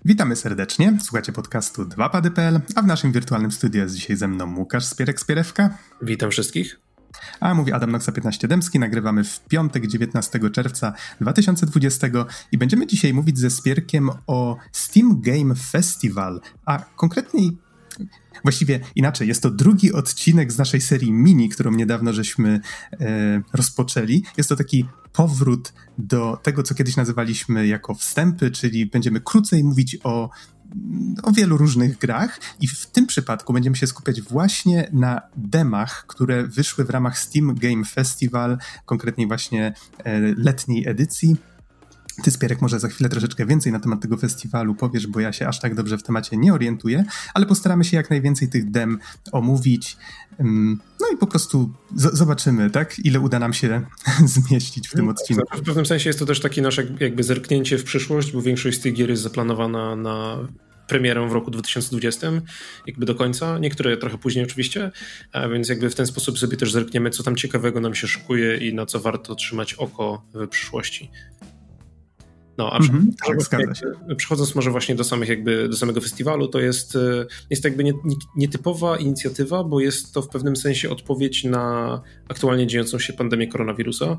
Witamy serdecznie, słuchacie podcastu 2pady.pl, a w naszym wirtualnym studiu jest dzisiaj ze mną Łukasz Spierek-Spierewka. Witam wszystkich. A mówi Adam Noxa 15 Dębski, nagrywamy w piątek 19 czerwca 2020 i będziemy dzisiaj mówić ze Spierkiem o Steam Game Festival, a konkretniej, właściwie inaczej, jest to drugi odcinek z naszej serii mini, którą niedawno żeśmy rozpoczęli. Jest to taki powrót do tego, co kiedyś nazywaliśmy jako wstępy, czyli będziemy krócej mówić o wielu różnych grach i w tym przypadku będziemy się skupiać właśnie na demach, które wyszły w ramach Steam Game Festival, konkretnie właśnie letniej edycji. Ty, Spierek, może za chwilę troszeczkę więcej na temat tego festiwalu powiesz, bo ja się aż tak dobrze w temacie nie orientuję, ale postaramy się jak najwięcej tych dem omówić. No i po prostu zobaczymy, tak, ile uda nam się zmieścić w tym odcinku. W pewnym sensie jest to też takie nasze jakby zerknięcie w przyszłość, bo większość z tych gier jest zaplanowana na premierę w roku 2020, jakby do końca, niektóre trochę później oczywiście, więc jakby w ten sposób sobie też zerkniemy, co tam ciekawego nam się szykuje i na co warto trzymać oko w przyszłości. No, a przechodząc może właśnie do samego festiwalu, to jest jakby nietypowa inicjatywa, bo jest to w pewnym sensie odpowiedź na aktualnie dziejącą się pandemię koronawirusa,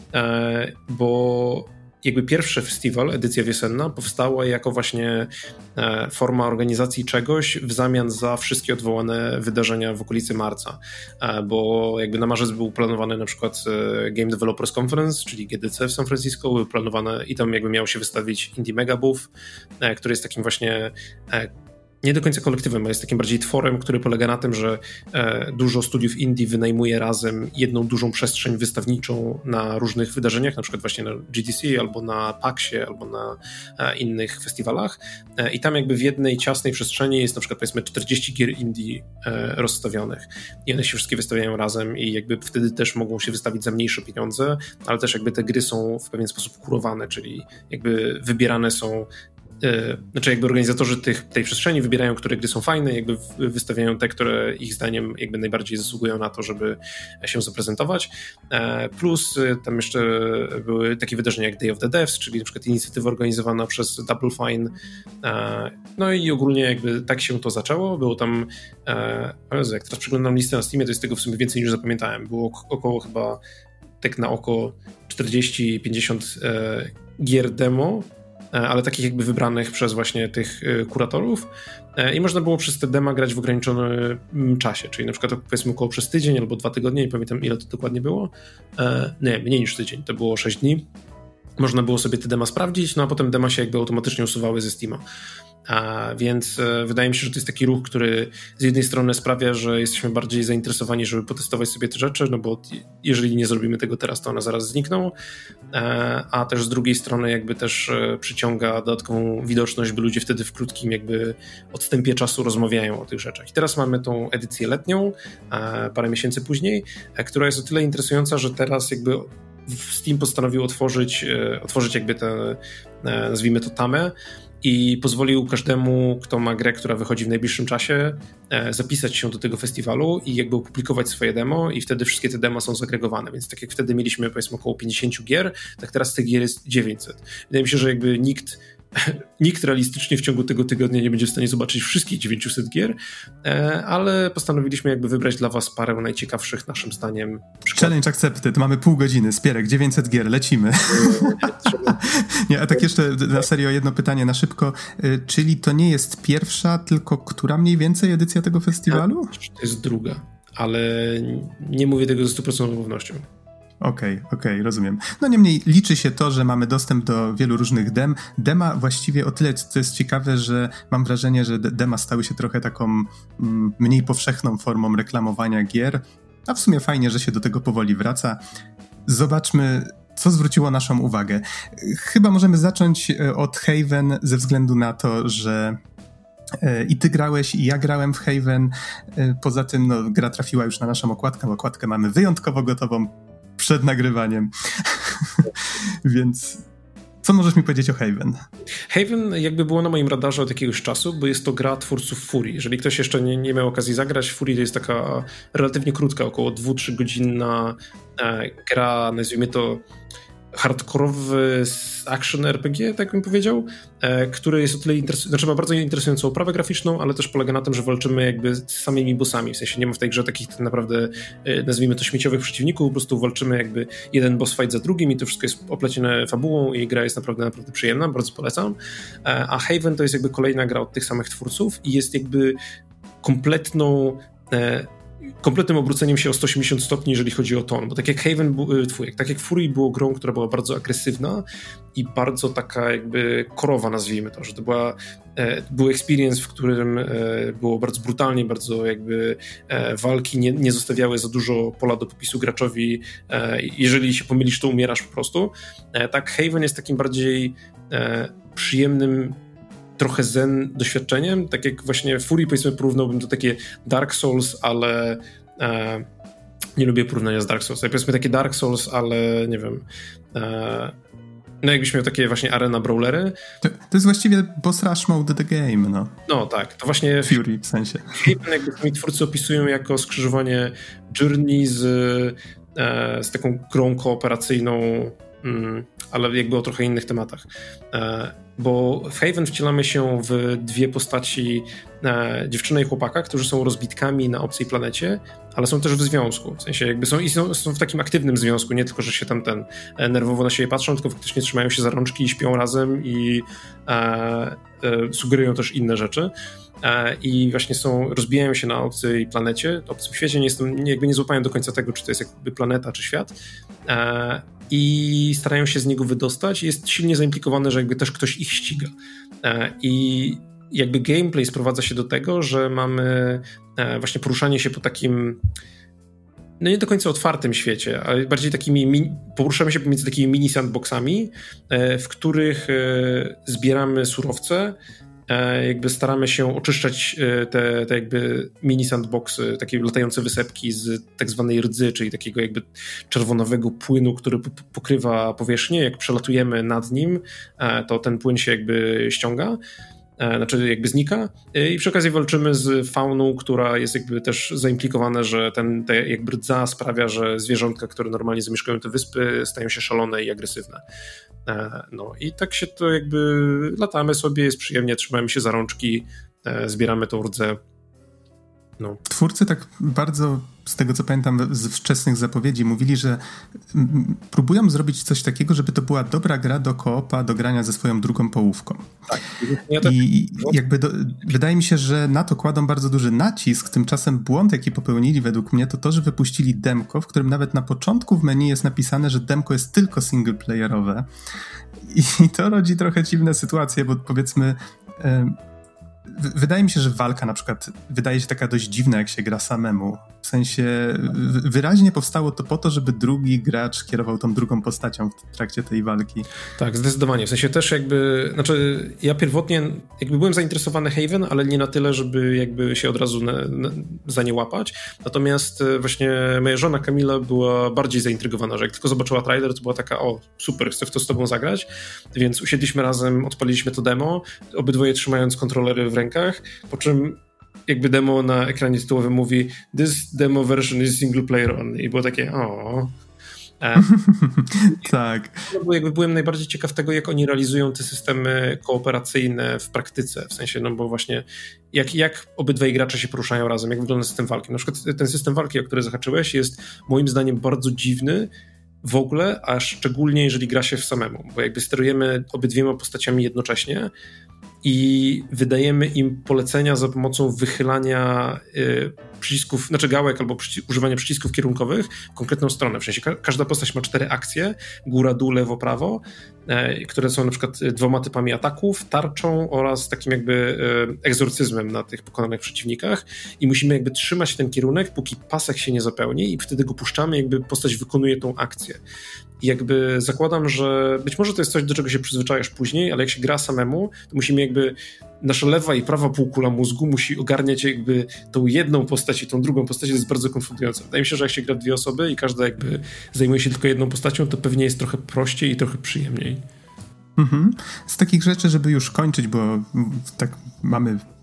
bo jakby pierwszy festiwal, edycja wiosenna, powstała jako właśnie forma organizacji czegoś w zamian za wszystkie odwołane wydarzenia w okolicy marca, bo jakby na marzec był planowany na przykład Game Developers Conference, czyli GDC w San Francisco, były planowane i tam jakby miał się wystawić Indie Mega Booth, który jest takim właśnie nie do końca kolektywem, a jest takim bardziej tworem, który polega na tym, że dużo studiów indie wynajmuje razem jedną dużą przestrzeń wystawniczą na różnych wydarzeniach, na przykład właśnie na GDC albo na PAX-ie albo na innych festiwalach i tam jakby w jednej ciasnej przestrzeni jest na przykład powiedzmy 40 gier indie rozstawionych i one się wszystkie wystawiają razem i jakby wtedy też mogą się wystawić za mniejsze pieniądze, ale też jakby te gry są w pewien sposób kurowane, czyli jakby wybierane są znaczy jakby organizatorzy tej przestrzeni wybierają, które gry są fajne, jakby wystawiają te, które ich zdaniem jakby najbardziej zasługują na to, żeby się zaprezentować. Plus tam jeszcze były takie wydarzenia jak Day of the Devs, czyli na przykład inicjatywa organizowana przez Double Fine. No i ogólnie jakby tak się to zaczęło. Było tam, jak teraz przeglądam listę na Steamie, to jest tego w sumie więcej niż zapamiętałem. Było około chyba tak na oko 40-50 gier demo, ale takich jakby wybranych przez właśnie tych kuratorów i można było przez te dema grać w ograniczonym czasie, czyli na przykład powiedzmy około przez tydzień albo 2 tygodnie, nie pamiętam ile to dokładnie było, nie, mniej niż tydzień, to było 6 dni. Można było sobie te dema sprawdzić, no a potem dema się jakby automatycznie usuwały ze Steama. Więc wydaje mi się, że to jest taki ruch, który z jednej strony sprawia, że jesteśmy bardziej zainteresowani, żeby potestować sobie te rzeczy, no bo jeżeli nie zrobimy tego teraz, to one zaraz znikną, a też z drugiej strony jakby też przyciąga dodatkową widoczność, by ludzie wtedy w krótkim jakby odstępie czasu rozmawiają o tych rzeczach. I teraz mamy tą edycję letnią, parę miesięcy później, która jest o tyle interesująca, że teraz jakby Steam postanowił otworzyć jakby tę, nazwijmy to tamę, i pozwolił każdemu, kto ma grę, która wychodzi w najbliższym czasie, zapisać się do tego festiwalu i jakby opublikować swoje demo i wtedy wszystkie te demo są zagregowane, więc tak jak wtedy mieliśmy powiedzmy około 50 gier, tak teraz tych gier jest 900. Wydaje mi się, że jakby nikt realistycznie w ciągu tego tygodnia nie będzie w stanie zobaczyć wszystkich 900 gier, ale postanowiliśmy jakby wybrać dla was parę najciekawszych naszym zdaniem przykładów. Challenge accepted, mamy pół godziny, Spierek, 900 gier, lecimy. Nie, a tak jeszcze na serio jedno pytanie na szybko, czyli to nie jest pierwsza, tylko która mniej więcej edycja tego festiwalu? To jest druga, ale nie mówię tego ze 100% pewnością. Okej, rozumiem. No niemniej liczy się to, że mamy dostęp do wielu różnych dem. Dema właściwie o tyle, co jest ciekawe, że mam wrażenie, że dema stały się trochę taką mniej powszechną formą reklamowania gier, a w sumie fajnie, że się do tego powoli wraca. Zobaczmy, co zwróciło naszą uwagę. Chyba możemy zacząć od Haven ze względu na to, że i ty grałeś, i ja grałem w Haven. Poza tym gra trafiła już na naszą okładkę. Okładkę mamy wyjątkowo gotową przed nagrywaniem. Więc co możesz mi powiedzieć o Haven? Haven jakby było na moim radarze od jakiegoś czasu, bo jest to gra twórców Furii. Jeżeli ktoś jeszcze nie miał okazji zagrać, Furii to jest taka relatywnie krótka, około 2-3 godzinna gra, nazwijmy to hardkorowy action RPG, tak bym powiedział, który jest o tyle znaczy ma bardzo interesującą oprawę graficzną, ale też polega na tym, że walczymy jakby z samymi bossami, w sensie nie ma w tej grze takich naprawdę, nazwijmy to, śmieciowych przeciwników, po prostu walczymy jakby jeden boss fight za drugim i to wszystko jest oplecione fabułą i gra jest naprawdę przyjemna, bardzo polecam. A Haven to jest jakby kolejna gra od tych samych twórców i jest jakby kompletnym obróceniem się o 180 stopni, jeżeli chodzi o ton, bo tak jak tak jak Fury było grą, która była bardzo agresywna i bardzo taka jakby korowa, nazwijmy to, że to był experience, w którym było bardzo brutalnie, bardzo jakby walki nie zostawiały za dużo pola do popisu graczowi, jeżeli się pomylisz, to umierasz po prostu. Tak Haven jest takim bardziej przyjemnym trochę zen doświadczeniem, tak jak właśnie Fury, powiedzmy, porównałbym do takie Dark Souls, ale nie lubię porównania z Dark Souls, powiedzmy takie Dark Souls, ale nie wiem, no jakbyś miał takie właśnie arena brawlery. To jest właściwie boss rush mode the game, no. No tak, to właśnie Fury w sensie. Jakby sami twórcy opisują jako skrzyżowanie Journey z taką grą kooperacyjną, ale jakby o trochę innych tematach. Bo w Haven wcielamy się w dwie postaci, dziewczynę i chłopaka, którzy są rozbitkami na obcej planecie, ale są też w związku. W sensie jakby są w takim aktywnym związku, nie tylko, że się tam nerwowo na siebie patrzą, tylko faktycznie trzymają się za rączki i śpią razem i sugerują też inne rzeczy. I właśnie rozbijają się na obcej planecie, obcym świecie, nie złapają do końca tego, czy to jest jakby planeta, czy świat. I starają się z niego wydostać. Jest silnie zaimplikowane, że jakby też ktoś ich ściga. I jakby gameplay sprowadza się do tego, że mamy właśnie poruszanie się po takim, no nie do końca otwartym świecie, ale bardziej poruszamy się pomiędzy takimi mini sandboxami, w których zbieramy surowce, jakby staramy się oczyszczać te jakby mini sandboxy, takie latające wysepki z tak zwanej rdzy, czyli takiego jakby czerwonowego płynu, który pokrywa powierzchnię. Jak przelatujemy nad nim, to ten płyn się jakby ściąga, znaczy jakby znika i przy okazji walczymy z fauną, która jest jakby też zaimplikowana, że ta jakby rdza sprawia, że zwierzątka, które normalnie zamieszkują te wyspy, stają się szalone i agresywne. No i tak się to jakby latamy sobie, jest przyjemnie, trzymamy się za rączki, zbieramy tą rdzę. No. Twórcy tak bardzo, z tego co pamiętam z wczesnych zapowiedzi, mówili, że próbują zrobić coś takiego, żeby to była dobra gra do koopa, do grania ze swoją drugą połówką. Tak. I jakby wydaje mi się, że na to kładą bardzo duży nacisk. Tymczasem błąd, jaki popełnili według mnie, to, że wypuścili demko, w którym nawet na początku w menu jest napisane, że demko jest tylko singleplayerowe. I to rodzi trochę dziwne sytuacje, bo powiedzmy... Wydaje mi się, że walka na przykład wydaje się taka dość dziwna, jak się gra samemu. W sensie wyraźnie powstało to po to, żeby drugi gracz kierował tą drugą postacią w trakcie tej walki. Tak, zdecydowanie. W sensie też ja pierwotnie jakby byłem zainteresowany Haven, ale nie na tyle, żeby jakby się od razu za nie łapać. Natomiast właśnie moja żona Kamila była bardziej zaintrygowana, że jak tylko zobaczyła trailer, to była taka, o super, chcę w to z tobą zagrać. Więc usiedliśmy razem, odpaliliśmy to demo, obydwoje trzymając kontrolery w rękach, po czym jakby demo na ekranie tytułowym mówi "This demo version is single player only" i było takie tak. Bo jakby byłem najbardziej ciekaw tego, jak oni realizują te systemy kooperacyjne w praktyce, w sensie, no bo właśnie jak obydwaj gracze się poruszają razem, jak wygląda system walki. Na przykład ten system walki, o który zahaczyłeś, jest moim zdaniem bardzo dziwny w ogóle, a szczególnie jeżeli gra się w samemu, bo jakby sterujemy obydwiema postaciami jednocześnie i wydajemy im polecenia za pomocą wychylania przycisków, znaczy gałek albo używania przycisków kierunkowych w konkretną stronę. W sensie każda postać ma 4 akcje, góra, dół, lewo, prawo, które są na przykład 2 typami ataków, tarczą oraz takim jakby egzorcyzmem na tych pokonanych przeciwnikach i musimy jakby trzymać ten kierunek, póki pasek się nie zapełni i wtedy go puszczamy, jakby postać wykonuje tą akcję. I jakby zakładam, że być może to jest coś, do czego się przyzwyczajasz później, ale jak się gra samemu, to musimy jakby nasza lewa i prawa półkula mózgu musi ogarniać jakby tą jedną postać i tą drugą postać, to jest bardzo konfundujące. Wydaje mi się, że jak się gra w 2 osoby i każda jakby zajmuje się tylko jedną postacią, to pewnie jest trochę prościej i trochę przyjemniej. Z takich rzeczy, żeby już kończyć, bo tak mamy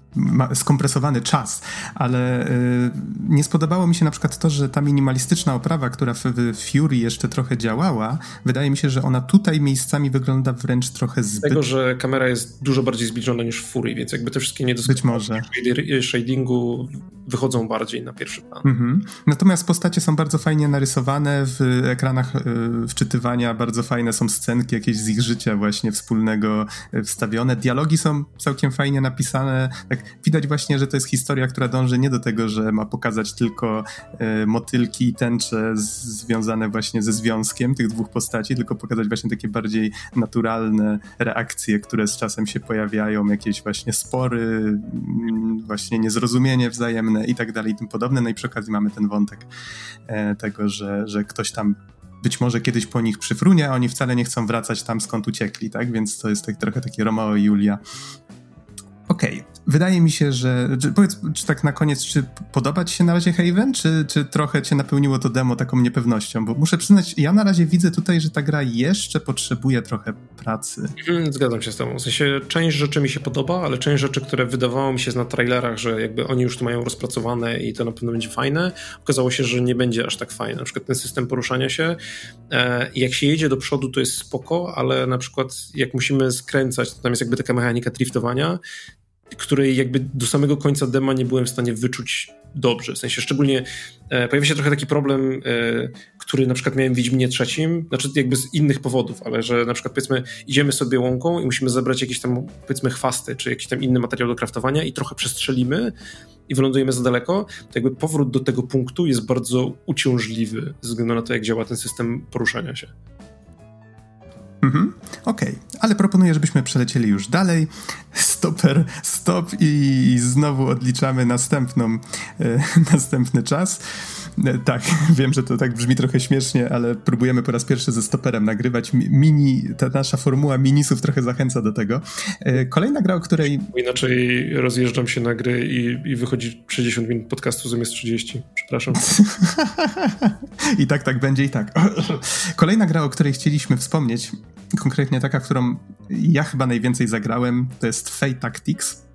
skompresowany czas, ale nie spodobało mi się na przykład to, że ta minimalistyczna oprawa, która w Fury jeszcze trochę działała, wydaje mi się, że ona tutaj miejscami wygląda wręcz trochę zbyt... Tego, że kamera jest dużo bardziej zbliżona niż w Fury, więc jakby te wszystkie niedoskonałości shadingu wychodzą bardziej na pierwszy plan. Natomiast postacie są bardzo fajnie narysowane, w ekranach wczytywania bardzo fajne są scenki jakieś z ich życia właśnie wspólnego wstawione. Dialogi są całkiem fajnie napisane. Tak widać właśnie, że to jest historia, która dąży nie do tego, że ma pokazać tylko motylki i tęcze związane właśnie ze związkiem tych dwóch postaci, tylko pokazać właśnie takie bardziej naturalne reakcje, które z czasem się pojawiają, jakieś właśnie spory, właśnie niezrozumienie wzajemne i tak dalej i tym podobne. No i przy okazji mamy ten wątek tego, że ktoś tam być może kiedyś po nich przyfrunie, a oni wcale nie chcą wracać tam, skąd uciekli, tak? Więc to jest trochę takie Romeo i Julia. Okej. Wydaje mi się, że powiedz, czy tak na koniec, czy podoba ci się na razie Haven, czy trochę cię napełniło to demo taką niepewnością? Bo muszę przyznać, ja na razie widzę tutaj, że ta gra jeszcze potrzebuje trochę pracy. Zgadzam się z tobą. W sensie część rzeczy mi się podoba, ale część rzeczy, które wydawało mi się na trailerach, że jakby oni już to mają rozpracowane i to na pewno będzie fajne, okazało się, że nie będzie aż tak fajne. Na przykład ten system poruszania się, jak się jedzie do przodu, to jest spoko, ale na przykład jak musimy skręcać, to tam jest jakby taka mechanika driftowania, której jakby do samego końca dema nie byłem w stanie wyczuć dobrze. W sensie szczególnie pojawia się trochę taki problem, który na przykład miałem w Wiedźminie III, znaczy jakby z innych powodów, ale że na przykład powiedzmy idziemy sobie łąką i musimy zebrać jakieś tam powiedzmy chwasty, czy jakiś tam inny materiał do craftowania i trochę przestrzelimy i wylądujemy za daleko, to jakby powrót do tego punktu jest bardzo uciążliwy ze względu na to, jak działa ten system poruszania się. Okej, ale proponuję, żebyśmy przelecieli już dalej. Stop i znowu odliczamy następny czas. Tak, wiem, że to tak brzmi trochę śmiesznie, ale próbujemy po raz pierwszy ze stoperem nagrywać. Ta nasza formuła minisów trochę zachęca do tego. Kolejna gra, o której... Inaczej rozjeżdżam się na gry i wychodzi 60 minut podcastu zamiast 30. Przepraszam. I tak będzie i tak. Kolejna gra, o której chcieliśmy wspomnieć, konkretnie taka, w którą ja chyba najwięcej zagrałem, to jest Fate Tactics.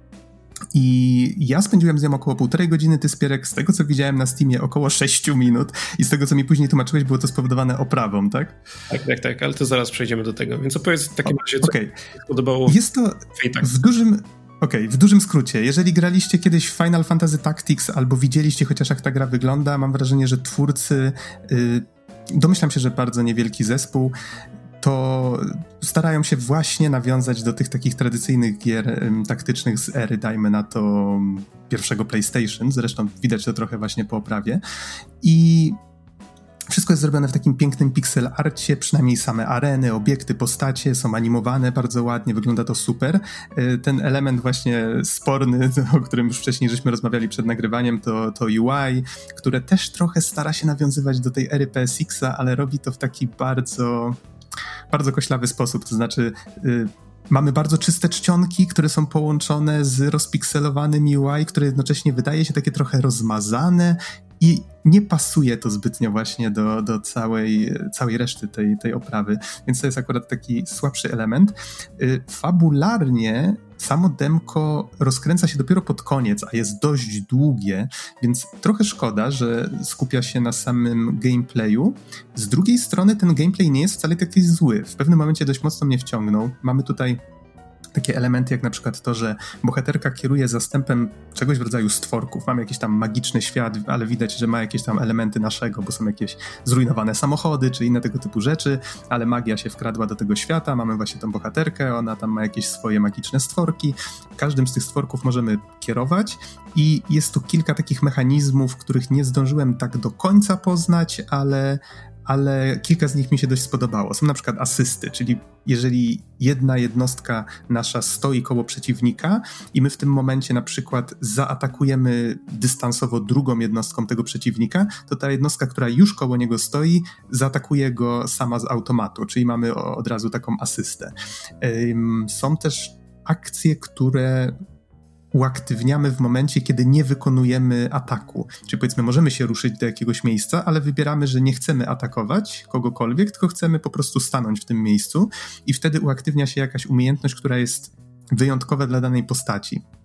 I ja spędziłem z nią około 1,5 godziny, ty Spierek, z tego co widziałem na Steamie około 6 minut i z tego co mi później tłumaczyłeś, było to spowodowane oprawą, tak? Tak, ale to zaraz przejdziemy do tego. Więc opowiedz w takim razie, co podobało. Jest to w dużym skrócie. Jeżeli graliście kiedyś w Final Fantasy Tactics albo widzieliście chociaż jak ta gra wygląda, mam wrażenie, że twórcy, domyślam się, że bardzo niewielki zespół, to starają się właśnie nawiązać do tych takich tradycyjnych gier taktycznych z ery, dajmy na to pierwszego PlayStation, zresztą widać to trochę właśnie po oprawie i wszystko jest zrobione w takim pięknym pixel arcie, przynajmniej same areny, obiekty, postacie są animowane bardzo ładnie, wygląda to super. Ten element właśnie sporny, o którym już wcześniej żeśmy rozmawiali przed nagrywaniem, to UI, które też trochę stara się nawiązywać do tej ery PSX-a, ale robi to w taki bardzo koślawy sposób, to znaczy mamy bardzo czyste czcionki, które są połączone z rozpikselowanym UI, które jednocześnie wydaje się takie trochę rozmazane i nie pasuje to zbytnio właśnie do całej reszty tej oprawy, więc to jest akurat taki słabszy element. Fabularnie samo demko rozkręca się dopiero pod koniec, a jest dość długie, więc trochę szkoda, że skupia się na samym gameplayu. Z drugiej strony ten gameplay nie jest wcale taki zły. W pewnym momencie dość mocno mnie wciągnął. Mamy tutaj takie elementy jak na przykład to, że bohaterka kieruje zastępem czegoś w rodzaju stworków. Mamy jakiś tam magiczny świat, ale widać, że ma jakieś tam elementy naszego, bo są jakieś zrujnowane samochody, czy inne tego typu rzeczy, ale magia się wkradła do tego świata. Mamy właśnie tą bohaterkę, ona tam ma jakieś swoje magiczne stworki. Każdym z tych stworków możemy kierować i jest tu kilka takich mechanizmów, których nie zdążyłem tak do końca poznać, ale kilka z nich mi się dość spodobało. Są na przykład asysty, czyli jeżeli jedna jednostka nasza stoi koło przeciwnika i my w tym momencie na przykład zaatakujemy dystansowo drugą jednostką tego przeciwnika, to ta jednostka, która już koło niego stoi, zaatakuje go sama z automatu, czyli mamy od razu taką asystę. Są też akcje, które uaktywniamy w momencie, kiedy nie wykonujemy ataku. Czyli powiedzmy, możemy się ruszyć do jakiegoś miejsca, ale wybieramy, że nie chcemy atakować kogokolwiek, tylko chcemy po prostu stanąć w tym miejscu i wtedy uaktywnia się jakaś umiejętność, która jest wyjątkowa dla danej postaci.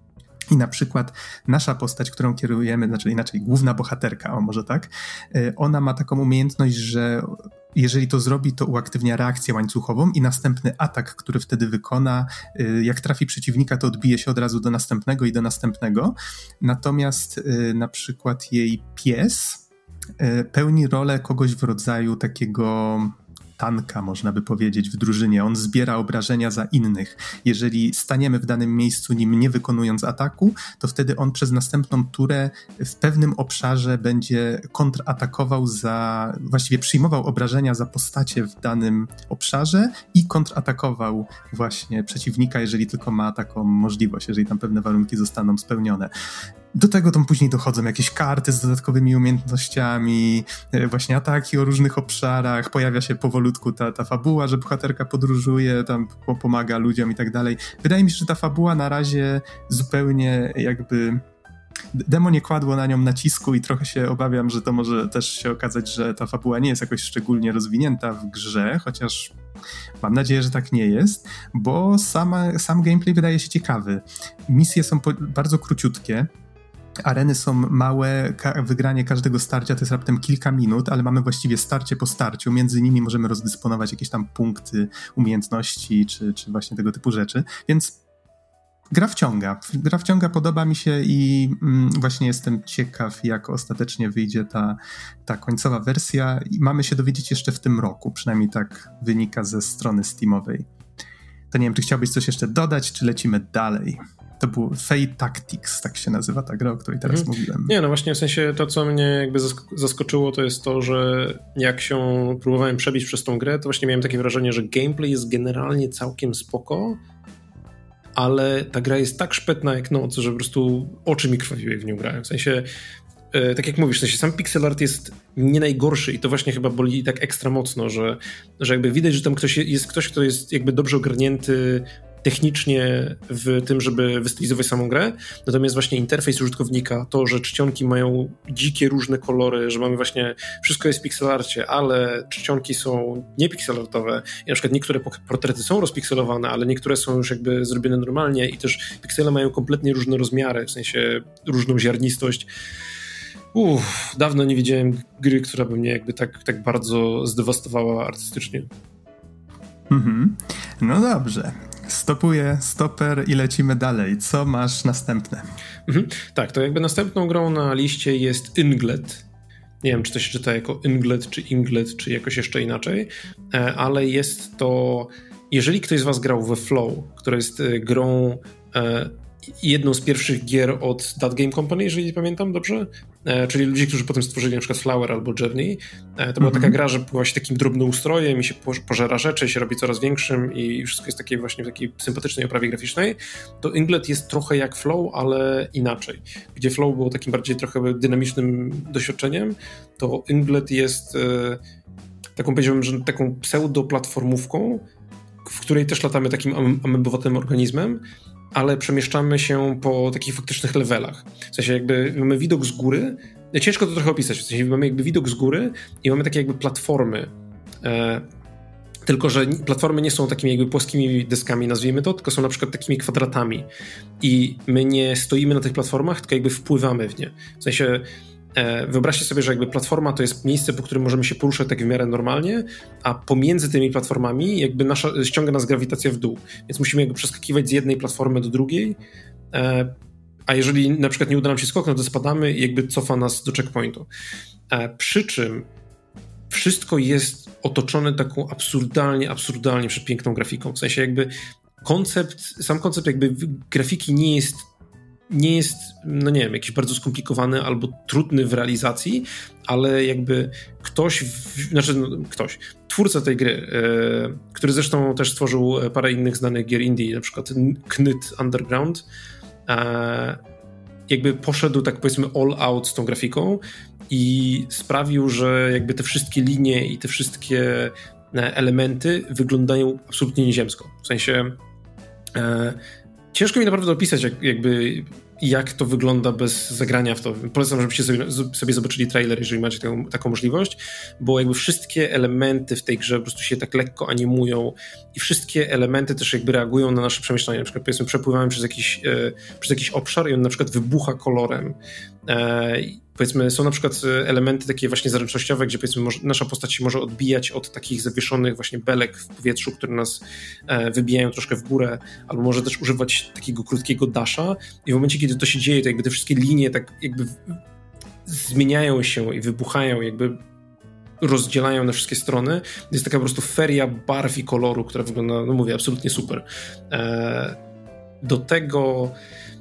I na przykład nasza postać, którą kierujemy, znaczy inaczej, główna bohaterka, o może tak, ona ma taką umiejętność, że jeżeli to zrobi, to uaktywnia reakcję łańcuchową i następny atak, który wtedy wykona, jak trafi przeciwnika, to odbije się od razu do następnego i do następnego. Natomiast na przykład jej pies pełni rolę kogoś w rodzaju takiego tanka, można by powiedzieć, w drużynie. On zbiera obrażenia za innych. Jeżeli staniemy w danym miejscu nim nie wykonując ataku, to wtedy on przez następną turę w pewnym obszarze będzie kontratakował właściwie przyjmował obrażenia za postacie w danym obszarze i kontratakował właśnie przeciwnika, jeżeli tylko ma taką możliwość, jeżeli tam pewne warunki zostaną spełnione. Do tego tam później dochodzą jakieś karty z dodatkowymi umiejętnościami, właśnie ataki o różnych obszarach, pojawia się powolutku ta fabuła, że bohaterka podróżuje, tam pomaga ludziom i tak dalej. Wydaje mi się, że ta fabuła na razie zupełnie jakby demo nie kładło na nią nacisku i trochę się obawiam, że to może też się okazać, że ta fabuła nie jest jakoś szczególnie rozwinięta w grze, chociaż mam nadzieję, że tak nie jest, bo sam gameplay wydaje się ciekawy. Misje są bardzo króciutkie, areny są małe, wygranie każdego starcia to jest raptem kilka minut, ale mamy właściwie starcie po starciu, między nimi możemy rozdysponować jakieś tam punkty, umiejętności czy właśnie tego typu rzeczy, więc gra wciąga, podoba mi się i właśnie jestem ciekaw, jak ostatecznie wyjdzie ta końcowa wersja i mamy się dowiedzieć jeszcze w tym roku, przynajmniej tak wynika ze strony Steamowej. To nie wiem, czy chciałbyś coś jeszcze dodać, czy lecimy dalej? To był Fate Tactics, tak się nazywa ta gra, o której teraz mówiłem. Nie, no właśnie w sensie to, co mnie jakby zaskoczyło, to jest to, że jak się próbowałem przebić przez tą grę, to właśnie miałem takie wrażenie, że gameplay jest generalnie całkiem spoko, ale ta gra jest tak szpetna jak noc, że po prostu oczy mi krwawiły, jak w nią grałem. W sensie, tak jak mówisz, w sensie sam pixel art jest nie najgorszy i to właśnie chyba boli tak ekstra mocno, że jakby widać, że tam ktoś, kto jest jakby dobrze ogarnięty technicznie w tym, żeby wystylizować samą grę, natomiast właśnie interfejs użytkownika, to, że czcionki mają dzikie różne kolory, że mamy właśnie, wszystko jest w pixelarcie, ale czcionki są nie pixelartowe i na przykład niektóre portrety są rozpikselowane, ale niektóre są już jakby zrobione normalnie i też piksele mają kompletnie różne rozmiary, w sensie różną ziarnistość. Dawno nie widziałem gry, która by mnie jakby tak bardzo zdewastowała artystycznie. No dobrze. Stoper i lecimy dalej. Co masz następne? Tak, to jakby następną grą na liście jest Inglet. Nie wiem, czy to się czyta jako Inglet, czy Inglet, czy jakoś jeszcze inaczej, ale jest to... Jeżeli ktoś z was grał we Flow, która jest grą... jedną z pierwszych gier od That Game Company, jeżeli pamiętam dobrze, czyli ludzi, którzy potem stworzyli na przykład Flower albo Journey. To była taka gra, że była się takim drobnoustrojem i się pożera rzeczy, się robi coraz większym i wszystko jest takie właśnie w takiej sympatycznej oprawie graficznej. To Inglet jest trochę jak Flow, ale inaczej. Gdzie Flow było takim bardziej trochę dynamicznym doświadczeniem, to Inglet jest taką, powiedziałbym, że taką pseudo-platformówką, w której też latamy takim amebowatym organizmem, ale przemieszczamy się po takich faktycznych levelach. W sensie jakby mamy widok z góry, ciężko to trochę opisać, w sensie mamy jakby widok z góry i mamy takie jakby platformy, tylko że platformy nie są takimi jakby płaskimi deskami, nazwijmy to, tylko są na przykład takimi kwadratami i my nie stoimy na tych platformach, tylko jakby wpływamy w nie. W sensie wyobraźcie sobie, że jakby platforma to jest miejsce, po którym możemy się poruszać tak w miarę normalnie, a pomiędzy tymi platformami jakby ściąga nas grawitacja w dół. Więc musimy jakby przeskakiwać z jednej platformy do drugiej, a jeżeli na przykład nie uda nam się skok, no to spadamy i jakby cofa nas do checkpointu. Przy czym wszystko jest otoczone taką absurdalnie przepiękną grafiką. W sensie jakby sam koncept jakby grafiki nie jest, no nie wiem, jakiś bardzo skomplikowany albo trudny w realizacji, ale jakby twórca tej gry, który zresztą też stworzył parę innych znanych gier indie, na przykład Knyt Underground, jakby poszedł tak powiedzmy all out z tą grafiką i sprawił, że jakby te wszystkie linie i te wszystkie elementy wyglądają absolutnie nieziemsko. W sensie ciężko mi naprawdę opisać jakby jak to wygląda bez zagrania w to. Polecam, żebyście sobie zobaczyli trailer, jeżeli macie taką możliwość, bo jakby wszystkie elementy w tej grze po prostu się tak lekko animują i wszystkie elementy też jakby reagują na nasze przemieszczania. Na przykład powiedzmy przepływamy przez jakiś obszar i on na przykład wybucha kolorem. Powiedzmy, są na przykład elementy takie właśnie zręcznościowe, gdzie powiedzmy nasza postać się może odbijać od takich zawieszonych właśnie belek w powietrzu, które nas wybijają troszkę w górę, albo może też używać takiego krótkiego dasha i w momencie, kiedy to się dzieje, to jakby te wszystkie linie tak jakby zmieniają się i wybuchają, jakby rozdzielają na wszystkie strony. Jest taka po prostu feria barw i koloru, która wygląda, no mówię, absolutnie super. Do tego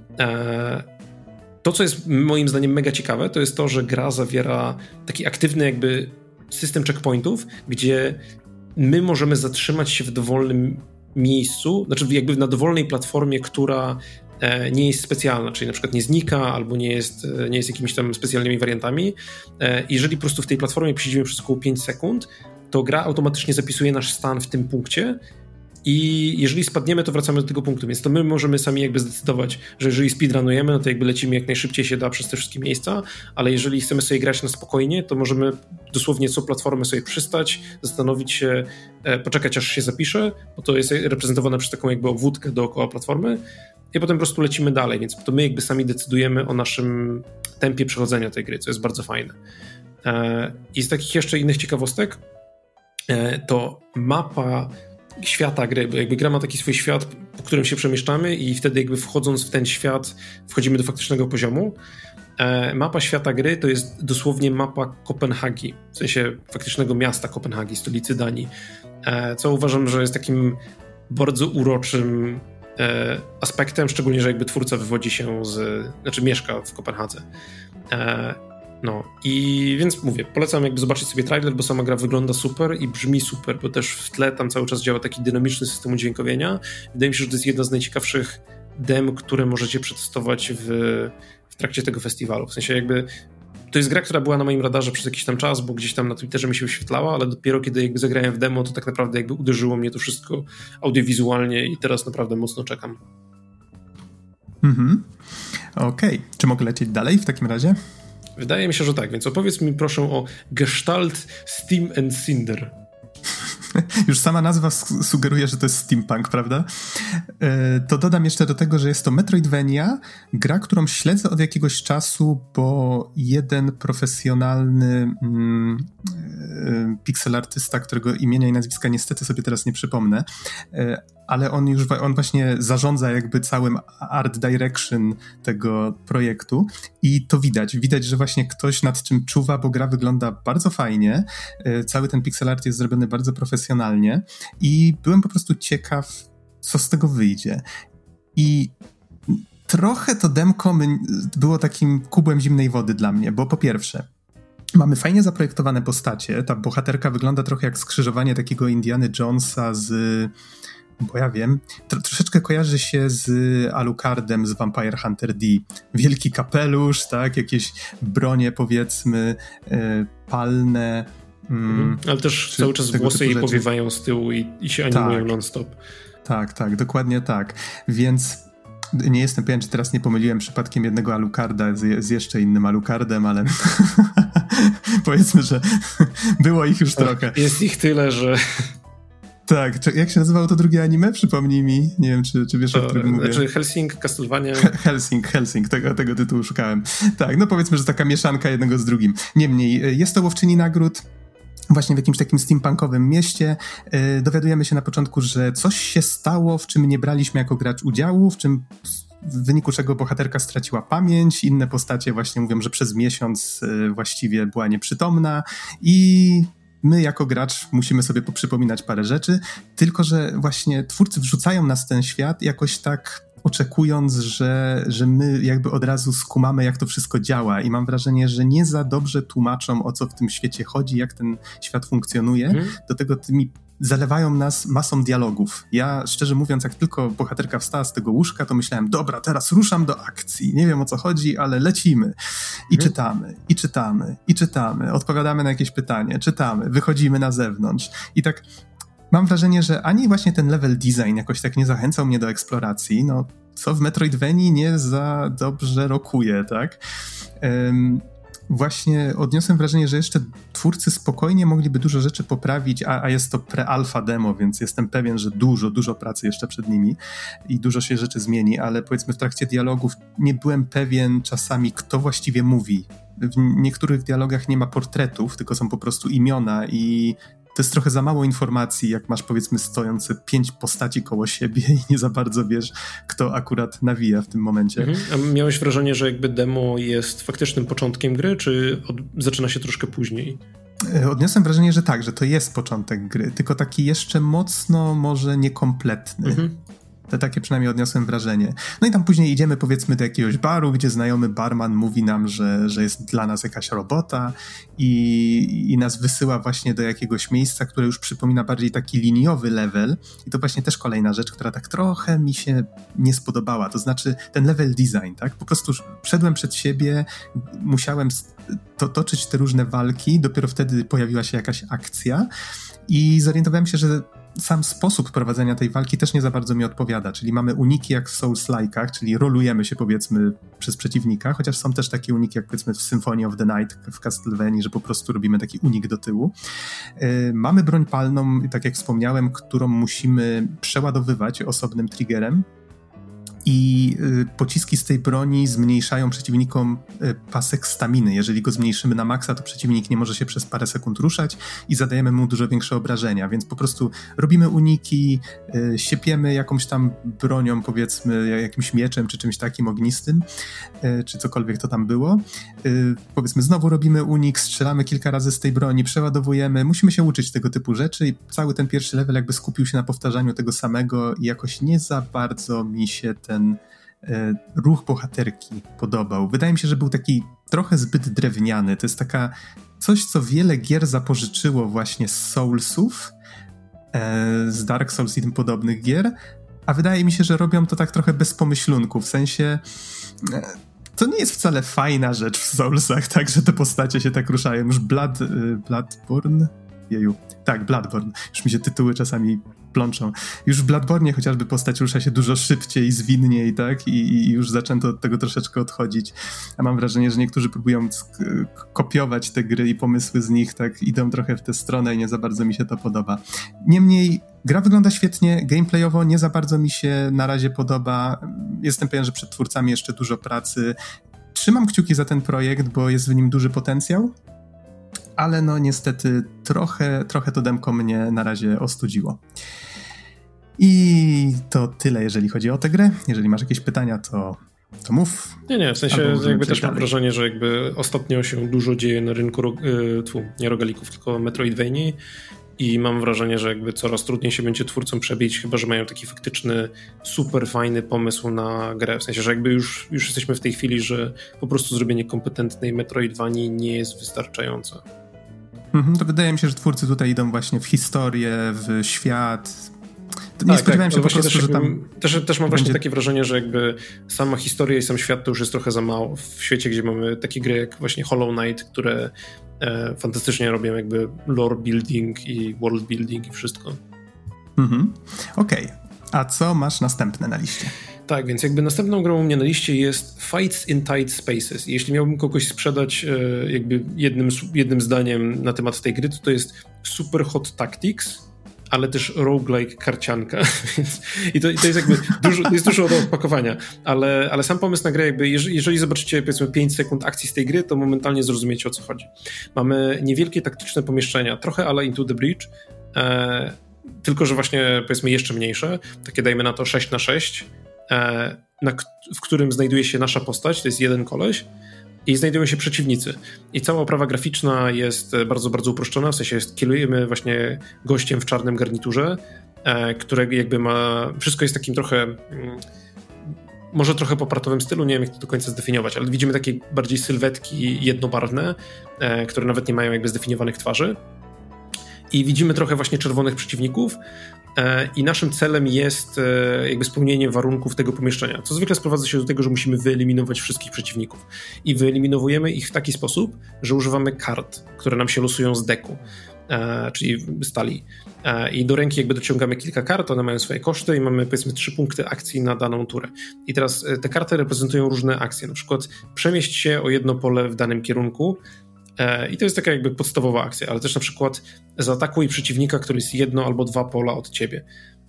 to, co jest moim zdaniem mega ciekawe, to jest to, że gra zawiera taki aktywny jakby system checkpointów, gdzie my możemy zatrzymać się w dowolnym miejscu, znaczy jakby na dowolnej platformie, która nie jest specjalna, czyli na przykład nie znika albo nie jest jakimiś tam specjalnymi wariantami. Jeżeli po prostu w tej platformie posiedzimy przez około 5 sekund, to gra automatycznie zapisuje nasz stan w tym punkcie i jeżeli spadniemy, to wracamy do tego punktu, więc to my możemy sami jakby zdecydować, że jeżeli speedrunujemy, no to jakby lecimy jak najszybciej się da przez te wszystkie miejsca, ale jeżeli chcemy sobie grać na spokojnie, to możemy dosłownie co platformę sobie przystać, zastanowić się, poczekać aż się zapisze, bo to jest reprezentowane przez taką jakby obwódkę dookoła platformy i potem po prostu lecimy dalej, więc to my jakby sami decydujemy o naszym tempie przechodzenia tej gry, co jest bardzo fajne. I z takich jeszcze innych ciekawostek to mapa świata gry, bo jakby gra ma taki swój świat, po którym się przemieszczamy i wtedy jakby wchodząc w ten świat wchodzimy do faktycznego poziomu. Mapa świata gry to jest dosłownie mapa Kopenhagi, w sensie faktycznego miasta Kopenhagi, stolicy Danii, co uważam, że jest takim bardzo uroczym aspektem, szczególnie, że jakby twórca wywodzi się mieszka w Kopenhadze. No i więc mówię, polecam jakby zobaczyć sobie trailer, bo sama gra wygląda super i brzmi super, bo też w tle tam cały czas działa taki dynamiczny system udźwiękowienia. Wydaje mi się, że to jest jedna z najciekawszych dem, które możecie przetestować w trakcie tego festiwalu. W sensie jakby to jest gra, która była na moim radarze przez jakiś tam czas, bo gdzieś tam na Twitterze mi się wyświetlała, ale dopiero kiedy jakby zagrałem w demo, to tak naprawdę jakby uderzyło mnie to wszystko audiowizualnie i teraz naprawdę mocno czekam. Okej. Czy mogę lecieć dalej w takim razie? Wydaje mi się, że tak, więc opowiedz mi proszę o Gestalt Steam and Cinder. Już sama nazwa sugeruje, że to jest steampunk, prawda? To dodam jeszcze do tego, że jest to Metroidvania, gra, którą śledzę od jakiegoś czasu, bo jeden profesjonalny pixelartysta, którego imienia i nazwiska niestety sobie teraz nie przypomnę, ale on właśnie zarządza jakby całym art direction tego projektu i to widać, że właśnie ktoś nad czym czuwa, bo gra wygląda bardzo fajnie, cały ten pixel art jest zrobiony bardzo profesjonalnie i byłem po prostu ciekaw, co z tego wyjdzie. I trochę to demko było takim kubłem zimnej wody dla mnie, bo po pierwsze mamy fajnie zaprojektowane postacie, ta bohaterka wygląda trochę jak skrzyżowanie takiego Indiana Jonesa bo ja wiem, troszeczkę kojarzy się z Alucardem z Vampire Hunter D. Wielki kapelusz, tak, jakieś bronie powiedzmy palne. Ale też cały czas włosy jej powiewają z tyłu i się animują non-stop. Tak, dokładnie tak. Więc nie jestem pewien, czy teraz nie pomyliłem przypadkiem jednego Alucarda z jeszcze innym Alucardem, ale powiedzmy, że było ich już trochę. Jest ich tyle, że... Tak, jak się nazywało to drugie anime? Przypomnij mi. Nie wiem, czy wiesz, o którym mówię. Znaczy Hellsing, Castlevania... Hellsing, tego tytułu szukałem. Tak, no powiedzmy, że taka mieszanka jednego z drugim. Niemniej, jest to łowczyni nagród właśnie w jakimś takim steampunkowym mieście. Dowiadujemy się na początku, że coś się stało, w czym nie braliśmy jako gracz udziału, w wyniku czego bohaterka straciła pamięć, inne postacie właśnie mówią, że przez miesiąc właściwie była nieprzytomna i my jako gracz musimy sobie poprzypominać parę rzeczy, tylko że właśnie twórcy wrzucają nas w ten świat jakoś tak oczekując, że my jakby od razu skumamy, jak to wszystko działa i mam wrażenie, że nie za dobrze tłumaczą, o co w tym świecie chodzi, jak ten świat funkcjonuje. Do tego tymi zalewają nas masą dialogów. Ja, szczerze mówiąc, jak tylko bohaterka wstała z tego łóżka, to myślałem, dobra, teraz ruszam do akcji. Nie wiem, o co chodzi, ale lecimy. I czytamy. Odpowiadamy na jakieś pytanie, czytamy, wychodzimy na zewnątrz. I tak mam wrażenie, że ani właśnie ten level design jakoś tak nie zachęcał mnie do eksploracji. No, co w Metroidvanii nie za dobrze rokuje, tak? Właśnie odniosłem wrażenie, że jeszcze twórcy spokojnie mogliby dużo rzeczy poprawić, a jest to pre-alpha demo, więc jestem pewien, że dużo pracy jeszcze przed nimi i dużo się rzeczy zmieni, ale powiedzmy w trakcie dialogów nie byłem pewien czasami, kto właściwie mówi. W niektórych dialogach nie ma portretów, tylko są po prostu imiona i to jest trochę za mało informacji, jak masz powiedzmy stojące 5 postaci koło siebie i nie za bardzo wiesz, kto akurat nawija w tym momencie. A miałeś wrażenie, że jakby demo jest faktycznym początkiem gry, czy zaczyna się troszkę później? Odniosłem wrażenie, że tak, że to jest początek gry, tylko taki jeszcze mocno może niekompletny. To takie przynajmniej odniosłem wrażenie. No i tam później idziemy powiedzmy do jakiegoś baru, gdzie znajomy barman mówi nam, że jest dla nas jakaś robota i nas wysyła właśnie do jakiegoś miejsca, które już przypomina bardziej taki liniowy level i to właśnie też kolejna rzecz, która tak trochę mi się nie spodobała, to znaczy ten level design, tak? Po prostu szedłem przed siebie, musiałem toczyć te różne walki, dopiero wtedy pojawiła się jakaś akcja i zorientowałem się, że sam sposób prowadzenia tej walki też nie za bardzo mi odpowiada, czyli mamy uniki jak w Souls-like'ach, czyli rolujemy się powiedzmy przez przeciwnika, chociaż są też takie uniki jak powiedzmy w Symphony of the Night w Castlevanii, że po prostu robimy taki unik do tyłu. Mamy broń palną, tak jak wspomniałem, którą musimy przeładowywać osobnym triggerem i pociski z tej broni zmniejszają przeciwnikom pasek staminy. Jeżeli go zmniejszymy na maksa, to przeciwnik nie może się przez parę sekund ruszać i zadajemy mu dużo większe obrażenia, więc po prostu robimy uniki, siepiemy jakąś tam bronią, powiedzmy jakimś mieczem czy czymś takim ognistym, czy cokolwiek to tam było. Powiedzmy znowu robimy unik, strzelamy kilka razy z tej broni, przeładowujemy, musimy się uczyć tego typu rzeczy i cały ten pierwszy level jakby skupił się na powtarzaniu tego samego i jakoś nie za bardzo mi się ten ruch bohaterki podobał. Wydaje mi się, że był taki trochę zbyt drewniany. To jest taka coś, co wiele gier zapożyczyło właśnie z Soulsów, z Dark Souls i tym podobnych gier, a wydaje mi się, że robią to tak trochę bez pomyślunku, w sensie to nie jest wcale fajna rzecz w Soulsach, tak, że te postacie się tak ruszają. Już Bloodborne? Jeju. Tak, Bloodborne. Już mi się tytuły czasami plączą. Już w Bloodborne chociażby postać rusza się dużo szybciej, zwinniej, tak? I już zaczęto od tego troszeczkę odchodzić. A mam wrażenie, że niektórzy próbują kopiować te gry i pomysły z nich, tak? Idą trochę w tę stronę i nie za bardzo mi się to podoba. Niemniej gra wygląda świetnie, gameplayowo nie za bardzo mi się na razie podoba. Jestem pewien, że przed twórcami jeszcze dużo pracy. Trzymam kciuki za ten projekt, bo jest w nim duży potencjał. Ale no niestety trochę to demko mnie na razie ostudziło. I to tyle, jeżeli chodzi o tę grę. Jeżeli masz jakieś pytania, to mów. Nie, w sensie jakby też mam wrażenie, że jakby ostatnio się dużo dzieje na rynku nie rogalików, tylko Metroidvanii i mam wrażenie, że jakby coraz trudniej się będzie twórcom przebić, chyba że mają taki faktyczny, super fajny pomysł na grę. W sensie, że jakby już jesteśmy w tej chwili, że po prostu zrobienie kompetentnej Metroidvanii nie jest wystarczające. To wydaje mi się, że twórcy tutaj idą właśnie w historię, w świat. Nie spodziewałem się po prostu, że tam... Też mam właśnie takie wrażenie, że jakby sama historia i sam świat to już jest trochę za mało w świecie, gdzie mamy takie gry jak właśnie Hollow Knight, które fantastycznie robią jakby lore building i world building i wszystko. Okej. A co masz następne na liście? Tak, więc jakby następną grą u mnie na liście jest Fights in Tight Spaces. Jeśli miałbym kogoś sprzedać jakby jednym zdaniem na temat tej gry, to jest Super Hot Tactics, ale też roguelike karcianka. I to jest jakby dużo do odpakowania, ale sam pomysł na grę jakby, jeżeli zobaczycie powiedzmy 5 sekund akcji z tej gry, to momentalnie zrozumiecie, o co chodzi. Mamy niewielkie taktyczne pomieszczenia, trochę a la Into the Breach, tylko że właśnie powiedzmy jeszcze mniejsze, takie dajmy na to 6x6, w którym znajduje się nasza postać, to jest jeden koleś i znajdują się przeciwnicy. I cała oprawa graficzna jest bardzo, bardzo uproszczona, w sensie kierujemy właśnie gościem w czarnym garniturze, które jakby ma... Wszystko jest takim trochę... może trochę popratowym stylu, nie wiem jak to do końca zdefiniować, ale widzimy takie bardziej sylwetki jednobarwne, które nawet nie mają jakby zdefiniowanych twarzy. I widzimy trochę właśnie czerwonych przeciwników i naszym celem jest jakby spełnienie warunków tego pomieszczenia, co zwykle sprowadza się do tego, że musimy wyeliminować wszystkich przeciwników. I wyeliminowujemy ich w taki sposób, że używamy kart, które nam się losują z deku. czyli stali. I do ręki jakby dociągamy kilka kart, one mają swoje koszty i mamy powiedzmy 3 punkty akcji na daną turę. I teraz te karty reprezentują różne akcje, na przykład przemieść się o jedno pole w danym kierunku i to jest taka jakby podstawowa akcja, ale też na przykład zaatakuj przeciwnika, który jest 1 albo 2 pola od ciebie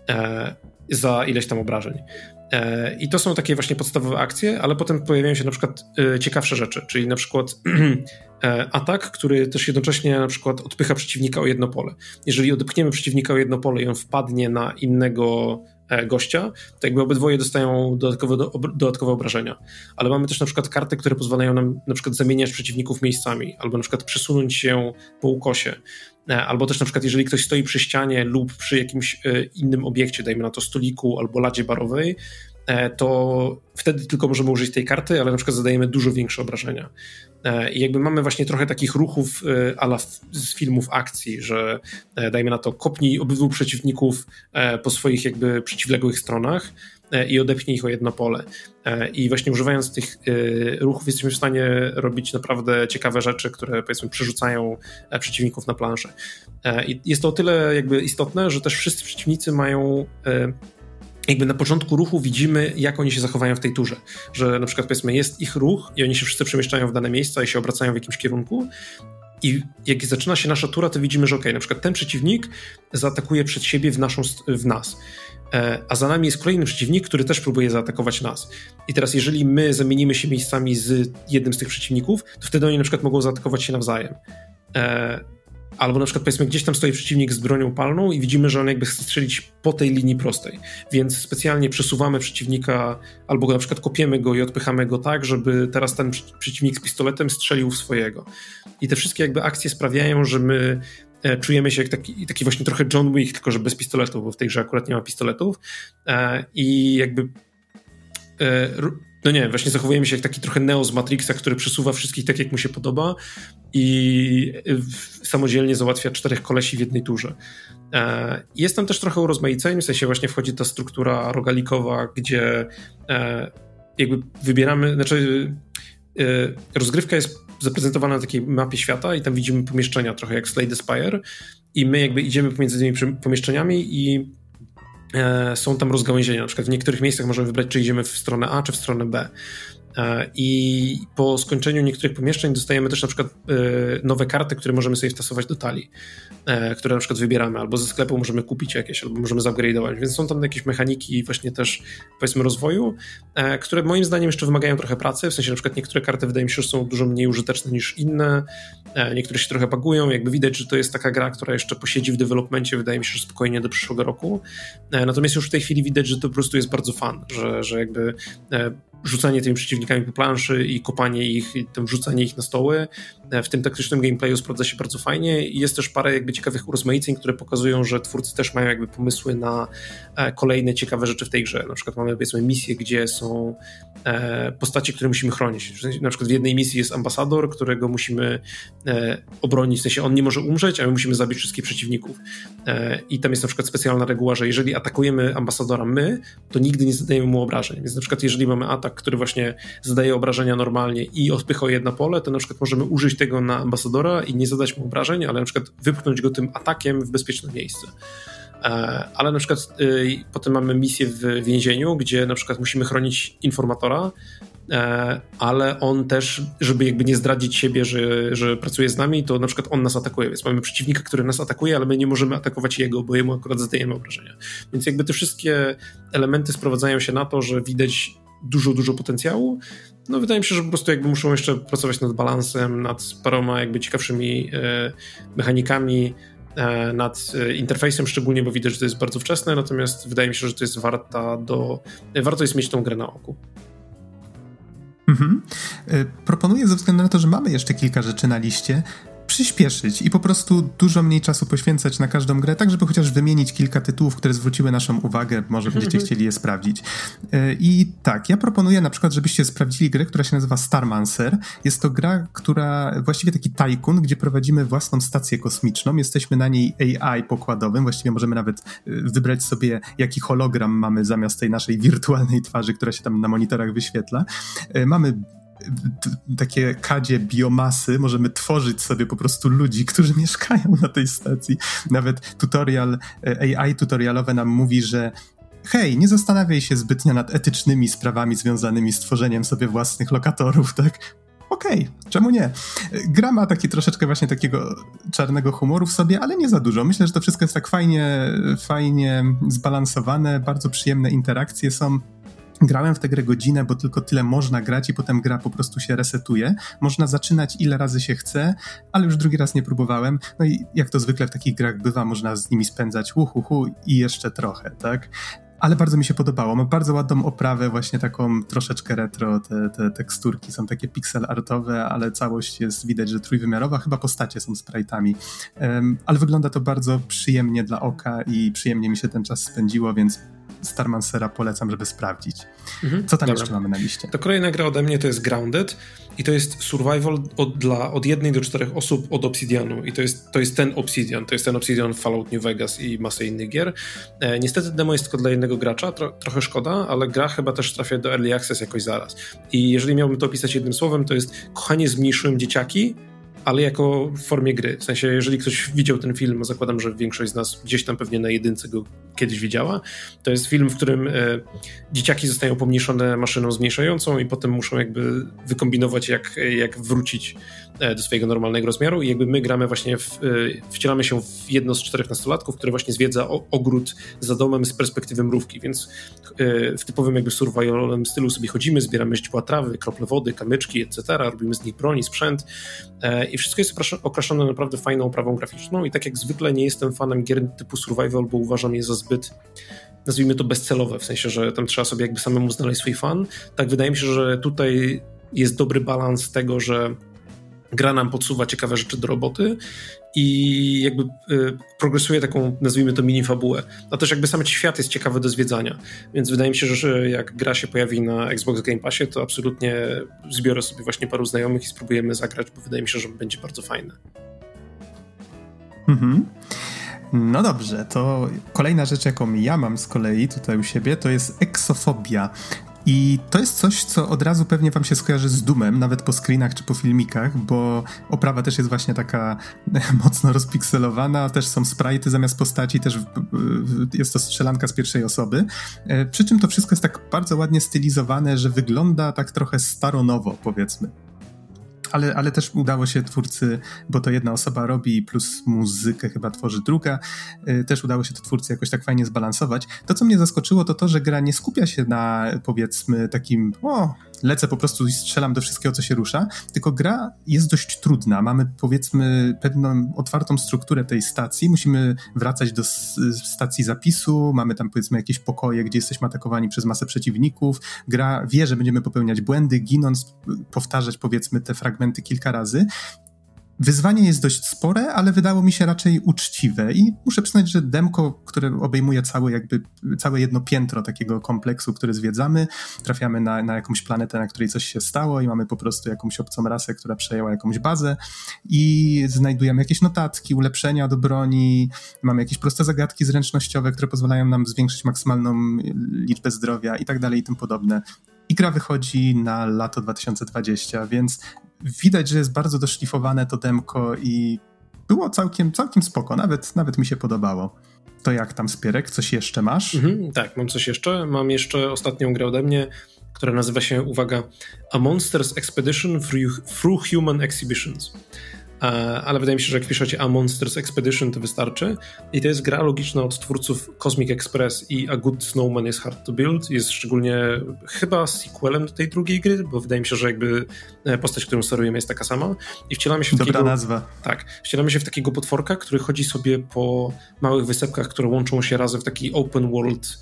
za ileś tam obrażeń. I to są takie właśnie podstawowe akcje, ale potem pojawiają się na przykład ciekawsze rzeczy, czyli na przykład atak, który też jednocześnie na przykład odpycha przeciwnika o jedno pole. Jeżeli odepchniemy przeciwnika o jedno pole i on wpadnie na innego gościa, to jakby obydwoje dostają dodatkowe obrażenia. Ale mamy też na przykład karty, które pozwalają nam na przykład zamieniać przeciwników miejscami, albo na przykład przesunąć się po ukosie. Albo też na przykład jeżeli ktoś stoi przy ścianie lub przy jakimś innym obiekcie, dajmy na to stoliku albo ladzie barowej, to wtedy tylko możemy użyć tej karty, ale na przykład zadajemy dużo większe obrażenia. I jakby mamy właśnie trochę takich ruchów a la z filmów akcji, że dajmy na to kopnij obydwu przeciwników po swoich jakby przeciwległych stronach i odepnij ich o jedno pole. I właśnie używając tych ruchów jesteśmy w stanie robić naprawdę ciekawe rzeczy, które powiedzmy przerzucają przeciwników na planszę. I jest to o tyle jakby istotne, że też wszyscy przeciwnicy mają jakby na początku ruchu widzimy, jak oni się zachowają w tej turze. Że na przykład powiedzmy jest ich ruch i oni się wszyscy przemieszczają w dane miejsca i się obracają w jakimś kierunku i jak zaczyna się nasza tura, to widzimy, że okej, na przykład ten przeciwnik zaatakuje przed siebie w nas. A za nami jest kolejny przeciwnik, który też próbuje zaatakować nas. I teraz jeżeli my zamienimy się miejscami z jednym z tych przeciwników, to wtedy oni na przykład mogą zaatakować się nawzajem. Albo na przykład powiedzmy gdzieś tam stoi przeciwnik z bronią palną i widzimy, że on jakby chce strzelić po tej linii prostej. Więc specjalnie przesuwamy przeciwnika albo na przykład kopiemy go i odpychamy go tak, żeby teraz ten przeciwnik z pistoletem strzelił w swojego. I te wszystkie jakby akcje sprawiają, że my czujemy się jak taki właśnie trochę John Wick, tylko że bez pistoletów, bo w tej grze akurat nie ma pistoletów. I jakby no nie, właśnie zachowujemy się jak taki trochę Neo z Matrixa, który przesuwa wszystkich tak, jak mu się podoba i samodzielnie załatwia 4 kolesi w jednej turze. Jest tam też trochę urozmaiceń, w sensie właśnie wchodzi ta struktura rogalikowa, gdzie jakby wybieramy, rozgrywka jest zaprezentowana na takiej mapie świata i tam widzimy pomieszczenia, trochę jak Slay the Spire i my jakby idziemy pomiędzy tymi pomieszczeniami i są tam rozgałęzienia. Na przykład w niektórych miejscach możemy wybrać, czy idziemy w stronę A, czy w stronę B. I po skończeniu niektórych pomieszczeń dostajemy też na przykład nowe karty, które możemy sobie wtasować do talii, które na przykład wybieramy, albo ze sklepu możemy kupić jakieś, albo możemy zupgrade'ować, więc są tam jakieś mechaniki właśnie też powiedzmy rozwoju, które moim zdaniem jeszcze wymagają trochę pracy, w sensie na przykład niektóre karty wydaje mi się, że są dużo mniej użyteczne niż inne, niektóre się trochę bagują, jakby widać, że to jest taka gra, która jeszcze posiedzi w developmencie, wydaje mi się, że spokojnie do przyszłego roku, natomiast już w tej chwili widać, że to po prostu jest bardzo fun, że jakby rzucanie tymi przeciwnikami po planszy i kopanie ich, i tam wrzucanie ich na stoły w tym taktycznym gameplayu sprawdza się bardzo fajnie i jest też parę jakby ciekawych urozmaiceń, które pokazują, że twórcy też mają jakby pomysły na kolejne ciekawe rzeczy w tej grze. Na przykład mamy powiedzmy misje, gdzie są postacie, które musimy chronić. Na przykład w jednej misji jest ambasador, którego musimy obronić, w sensie on nie może umrzeć, a my musimy zabić wszystkich przeciwników. I tam jest na przykład specjalna reguła, że jeżeli atakujemy ambasadora my, to nigdy nie zadajemy mu obrażeń. Więc na przykład jeżeli mamy atak, który właśnie zadaje obrażenia normalnie i odpycha o jedno pole, to na przykład możemy użyć tego na ambasadora i nie zadać mu obrażeń, ale na przykład wypchnąć go tym atakiem w bezpieczne miejsce. Ale na przykład potem mamy misję w więzieniu, gdzie na przykład musimy chronić informatora, ale on też, żeby jakby nie zdradzić siebie, że pracuje z nami, to na przykład on nas atakuje, więc mamy przeciwnika, który nas atakuje, ale my nie możemy atakować jego, bo jemu akurat zadajemy obrażenia. Więc jakby te wszystkie elementy sprowadzają się na to, że widać dużo potencjału. No wydaje mi się, że po prostu jakby muszą jeszcze pracować nad balansem, nad paroma jakby ciekawszymi mechanikami, nad interfejsem szczególnie, bo widać, że to jest bardzo wczesne, natomiast wydaje mi się, że to jest warto jest mieć tą grę na oku. Proponuję ze względu na to, że mamy jeszcze kilka rzeczy na liście, przyspieszyć i po prostu dużo mniej czasu poświęcać na każdą grę, tak żeby chociaż wymienić kilka tytułów, które zwróciły naszą uwagę, może będziecie chcieli je sprawdzić. I tak, ja proponuję na przykład, żebyście sprawdzili grę, która się nazywa Starmancer. Jest to gra, która właściwie taki tajkun, gdzie prowadzimy własną stację kosmiczną, jesteśmy na niej AI pokładowym, właściwie możemy nawet wybrać sobie, jaki hologram mamy zamiast tej naszej wirtualnej twarzy, która się tam na monitorach wyświetla. Mamy takie kadzie biomasy, możemy tworzyć sobie po prostu ludzi, którzy mieszkają na tej stacji. Nawet AI tutorialowe nam mówi, że hej, nie zastanawiaj się zbytnio nad etycznymi sprawami związanymi z tworzeniem sobie własnych lokatorów, tak? Okej, czemu nie? Gra ma taki troszeczkę właśnie takiego czarnego humoru w sobie, ale nie za dużo. Myślę, że to wszystko jest tak fajnie zbalansowane, bardzo przyjemne interakcje są. Grałem w tę grę godzinę, bo tylko tyle można grać i potem gra po prostu się resetuje. Można zaczynać ile razy się chce, ale już drugi raz nie próbowałem. No i jak to zwykle w takich grach bywa, można z nimi spędzać i jeszcze trochę, tak? Ale bardzo mi się podobało. Ma bardzo ładną oprawę, właśnie taką troszeczkę retro. Te teksturki są takie pixel artowe, ale całość jest widać, że trójwymiarowa. Chyba postacie są sprite'ami. Ale wygląda to bardzo przyjemnie dla oka i przyjemnie mi się ten czas spędziło, więc Starmancera polecam, żeby sprawdzić. Co tam jeszcze mamy na liście? To kolejna gra ode mnie to jest Grounded i to jest survival od 1 do 4 osób od Obsidianu i to jest ten Obsidian Fallout New Vegas i masę innych gier. Niestety demo jest tylko dla jednego gracza, trochę szkoda, ale gra chyba też trafia do Early Access jakoś zaraz. I jeżeli miałbym to opisać jednym słowem, to jest kochanie zmniejszyłem dzieciaki, ale jako w formie gry. W sensie, jeżeli ktoś widział ten film, zakładam, że większość z nas gdzieś tam pewnie na jedynce go kiedyś widziała, to jest film, w którym dzieciaki zostają pomniejszone maszyną zmniejszającą i potem muszą jakby wykombinować, jak wrócić do swojego normalnego rozmiaru i jakby my gramy właśnie, wcielamy się w jedno z 4 nastolatków, które właśnie zwiedza ogród za domem z perspektywy mrówki, więc w typowym jakby survivalowym stylu sobie chodzimy, zbieramy źdźbła trawy, krople wody, kamyczki, etc., robimy z nich broń, sprzęt i wszystko jest okraszone naprawdę fajną oprawą graficzną i tak jak zwykle nie jestem fanem gier typu survival, bo uważam je za zbyt, nazwijmy to, bezcelowe, w sensie, że tam trzeba sobie jakby samemu znaleźć swój fan. Tak wydaje mi się, że tutaj jest dobry balans tego, że gra nam podsuwa ciekawe rzeczy do roboty i jakby progresuje taką, nazwijmy to, mini fabułę. A też jakby sam świat jest ciekawy do zwiedzania, więc wydaje mi się, że jak gra się pojawi na Xbox Game Passie, to absolutnie zbiorę sobie właśnie paru znajomych i spróbujemy zagrać, bo wydaje mi się, że będzie bardzo fajne. No dobrze, to kolejna rzecz, jaką ja mam z kolei tutaj u siebie, to jest Exofobia. I to jest coś, co od razu pewnie wam się skojarzy z Doomem, nawet po screenach czy po filmikach, bo oprawa też jest właśnie taka mocno rozpikselowana, też są sprite'y zamiast postaci, też jest to strzelanka z pierwszej osoby. Przy czym to wszystko jest tak bardzo ładnie stylizowane, że wygląda tak trochę staronowo, powiedzmy. Ale też udało się twórcy, bo to jedna osoba robi, plus muzykę chyba tworzy druga, też udało się to twórcy jakoś tak fajnie zbalansować. To, co mnie zaskoczyło, to że gra nie skupia się na, powiedzmy, takim lecę po prostu i strzelam do wszystkiego, co się rusza, tylko gra jest dość trudna. Mamy, powiedzmy, pewną otwartą strukturę tej stacji, musimy wracać do stacji zapisu, mamy tam, powiedzmy, jakieś pokoje, gdzie jesteśmy atakowani przez masę przeciwników. Gra wie, że będziemy popełniać błędy, ginąc, powtarzać, powiedzmy, te fragmenty kilka razy. Wyzwanie jest dość spore, ale wydało mi się raczej uczciwe i muszę przyznać, że demko, które obejmuje całe jedno piętro takiego kompleksu, który zwiedzamy, trafiamy na jakąś planetę, na której coś się stało i mamy po prostu jakąś obcą rasę, która przejęła jakąś bazę i znajdujemy jakieś notatki, ulepszenia do broni, mamy jakieś proste zagadki zręcznościowe, które pozwalają nam zwiększyć maksymalną liczbę zdrowia i tak dalej i tym podobne. I gra wychodzi na lato 2020, więc widać, że jest bardzo doszlifowane to demko i było całkiem spoko, nawet mi się podobało. To jak tam, Spierek? Coś jeszcze masz? Tak, mam coś jeszcze. Mam jeszcze ostatnią grę ode mnie, która nazywa się, uwaga, A Monsters Expedition Through Human Exhibitions. Ale wydaje mi się, że jak piszecie A Monsters Expedition, to wystarczy. I to jest gra logiczna od twórców Cosmic Express i A Good Snowman is Hard to Build. Jest szczególnie chyba sequelem do tej drugiej gry, bo wydaje mi się, że jakby postać, którą sterujemy, jest taka sama. I wcielamy się w Dobra nazwa. Tak, wcielamy się w takiego potworka, który chodzi sobie po małych wysepkach, które łączą się razem w taki open world,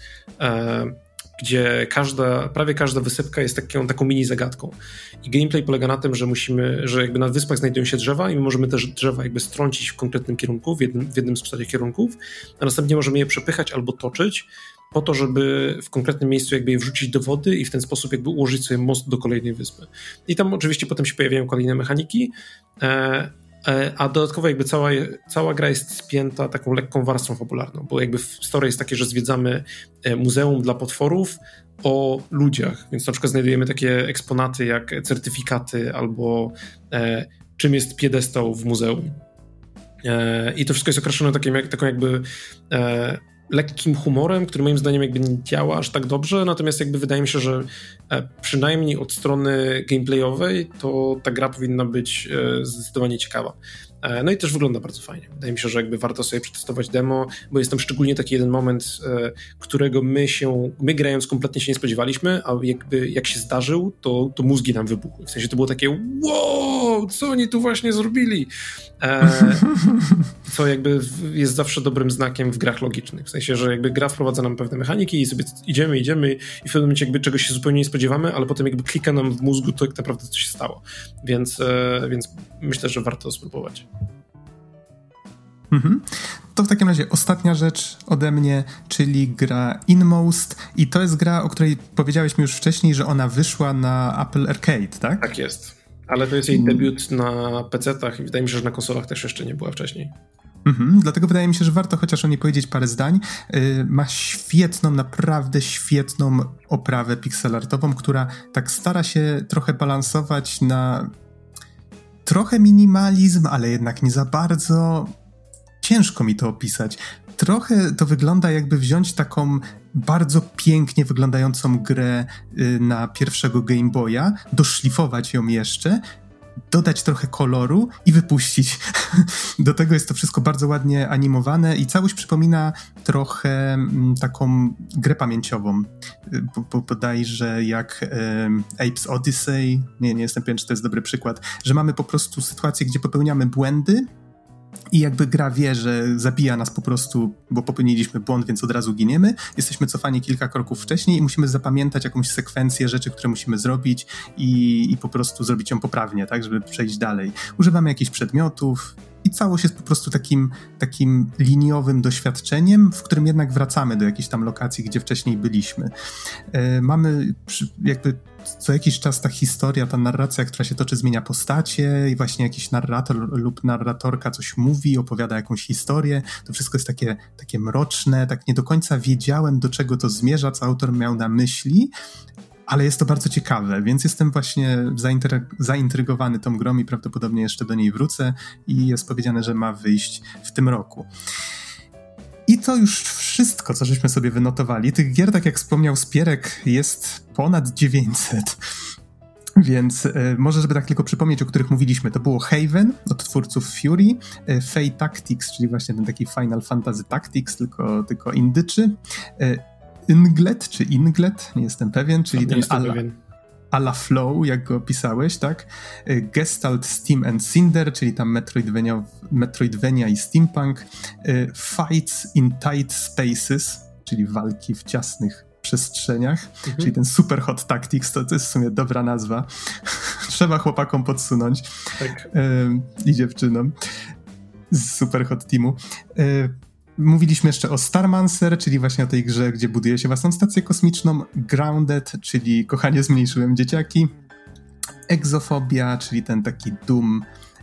gdzie prawie każda wysepka jest taką mini zagadką. I gameplay polega na tym, że jakby na wyspach znajdują się drzewa i my możemy też drzewa jakby strącić w konkretnym kierunku, w jednym z 4 kierunków, a następnie możemy je przepychać albo toczyć po to, żeby w konkretnym miejscu jakby je wrzucić do wody i w ten sposób jakby ułożyć sobie most do kolejnej wyspy. I tam oczywiście potem się pojawiają kolejne mechaniki, a dodatkowo jakby cała gra jest spięta taką lekką warstwą fabularną, bo jakby story jest takie, że zwiedzamy muzeum dla potworów o ludziach, więc na przykład znajdujemy takie eksponaty jak certyfikaty albo czym jest piedestał w muzeum. I to wszystko jest okraszone taką jakby lekkim humorem, który moim zdaniem jakby nie działa aż tak dobrze, natomiast jakby wydaje mi się, że przynajmniej od strony gameplayowej to ta gra powinna być zdecydowanie ciekawa. No i też wygląda bardzo fajnie. Wydaje mi się, że jakby warto sobie przetestować demo, bo jest tam szczególnie taki jeden moment, którego my grając kompletnie się nie spodziewaliśmy, a jakby jak się zdarzył, to mózgi nam wybuchły. W sensie to było takie wow, co oni tu właśnie zrobili? Co jakby jest zawsze dobrym znakiem w grach logicznych. W sensie, że jakby gra wprowadza nam pewne mechaniki i sobie idziemy i w pewnym momencie jakby czegoś się zupełnie nie spodziewamy, ale potem jakby klika nam w mózgu to jak naprawdę coś się stało. Więc myślę, że warto spróbować. To w takim razie ostatnia rzecz ode mnie, czyli gra Inmost i to jest gra, o której powiedziałeś mi już wcześniej, że ona wyszła na Apple Arcade, tak? Tak jest, ale to jest jej debiut na PC-tach i wydaje mi się, że na konsolach też jeszcze nie była wcześniej. Dlatego wydaje mi się, że warto chociaż o niej powiedzieć parę zdań. Ma świetną, naprawdę świetną oprawę pixelartową, która tak stara się trochę balansować na trochę minimalizm, ale jednak nie za bardzo. Ciężko mi to opisać. Trochę to wygląda jakby wziąć taką bardzo pięknie wyglądającą grę na pierwszego Game Boya, doszlifować ją jeszcze, dodać trochę koloru i wypuścić. Do tego jest to wszystko bardzo ładnie animowane i całość przypomina trochę taką grę pamięciową. Bodajże jak Apes Odyssey, nie jestem pewien, czy to jest dobry przykład, że mamy po prostu sytuację, gdzie popełniamy błędy i jakby gra wie, że zabija nas po prostu, bo popełniliśmy błąd, więc od razu giniemy. Jesteśmy cofani kilka kroków wcześniej i musimy zapamiętać jakąś sekwencję rzeczy, które musimy zrobić i po prostu zrobić ją poprawnie, tak, żeby przejść dalej. Używamy jakichś przedmiotów i całość jest po prostu takim liniowym doświadczeniem, w którym jednak wracamy do jakiejś tam lokacji, gdzie wcześniej byliśmy. Mamy jakby co jakiś czas ta historia, ta narracja, która się toczy, zmienia postacie i właśnie jakiś narrator lub narratorka coś mówi, opowiada jakąś historię. To wszystko jest takie mroczne, tak nie do końca wiedziałem, do czego to zmierza, co autor miał na myśli, ale jest to bardzo ciekawe, więc jestem właśnie zaintrygowany tą grą i prawdopodobnie jeszcze do niej wrócę i jest powiedziane, że ma wyjść w tym roku. I to już wszystko, co żeśmy sobie wynotowali. Tych gier, tak jak wspomniał Spierek, jest ponad 900. Więc może, żeby tak tylko przypomnieć, o których mówiliśmy, to było Haven od twórców Fury, Fate Tactics, czyli właśnie ten taki Final Fantasy Tactics, tylko indyczy, Inglet, czy Inglet, nie jestem pewien, czyli ten ala Flow, jak go opisałeś, tak? Gestalt, Steam and Cinder, czyli tam Metroidvania i Steampunk, Fights in Tight Spaces, czyli walki w ciasnych przestrzeniach, czyli ten Super Hot Tactics, to jest w sumie dobra nazwa. Trzeba chłopakom podsunąć. Tak. I dziewczynom z Super Hot Teamu. Mówiliśmy jeszcze o Starmancer, czyli właśnie o tej grze, gdzie buduje się własną stację kosmiczną, Grounded, czyli Kochanie, zmniejszyłem dzieciaki, Exophobia, czyli ten taki Doom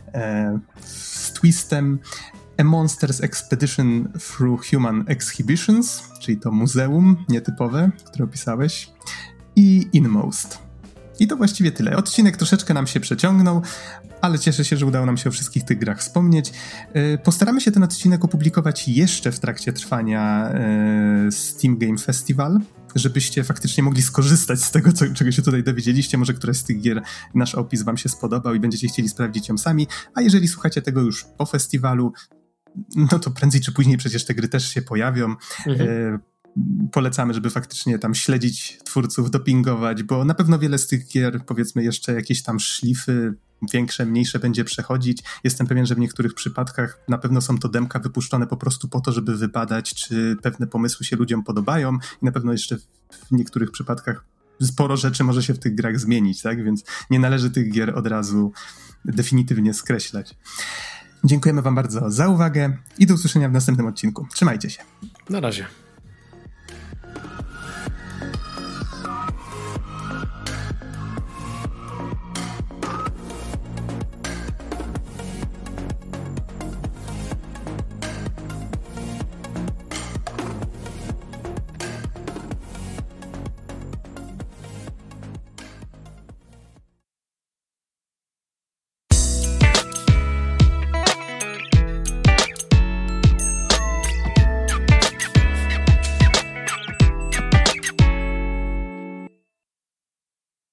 z twistem, A Monster's Expedition Through Human Exhibitions, czyli to muzeum nietypowe, które opisałeś, i Inmost. I to właściwie tyle. Odcinek troszeczkę nam się przeciągnął, ale cieszę się, że udało nam się o wszystkich tych grach wspomnieć. Postaramy się ten odcinek opublikować jeszcze w trakcie trwania Steam Game Festival, żebyście faktycznie mogli skorzystać z tego, czego się tutaj dowiedzieliście. Może któraś z tych gier, nasz opis wam się spodobał i będziecie chcieli sprawdzić ją sami, a jeżeli słuchacie tego już po festiwalu, no to prędzej czy później przecież te gry też się pojawią. Polecamy, żeby faktycznie tam śledzić twórców, dopingować, bo na pewno wiele z tych gier, powiedzmy, jeszcze jakieś tam szlify większe, mniejsze będzie przechodzić. Jestem pewien, że w niektórych przypadkach na pewno są to demka wypuszczone po prostu po to, żeby wybadać, czy pewne pomysły się ludziom podobają i na pewno jeszcze w niektórych przypadkach sporo rzeczy może się w tych grach zmienić, tak? Więc nie należy tych gier od razu definitywnie skreślać. Dziękujemy wam bardzo za uwagę i do usłyszenia w następnym odcinku. Trzymajcie się. Na razie.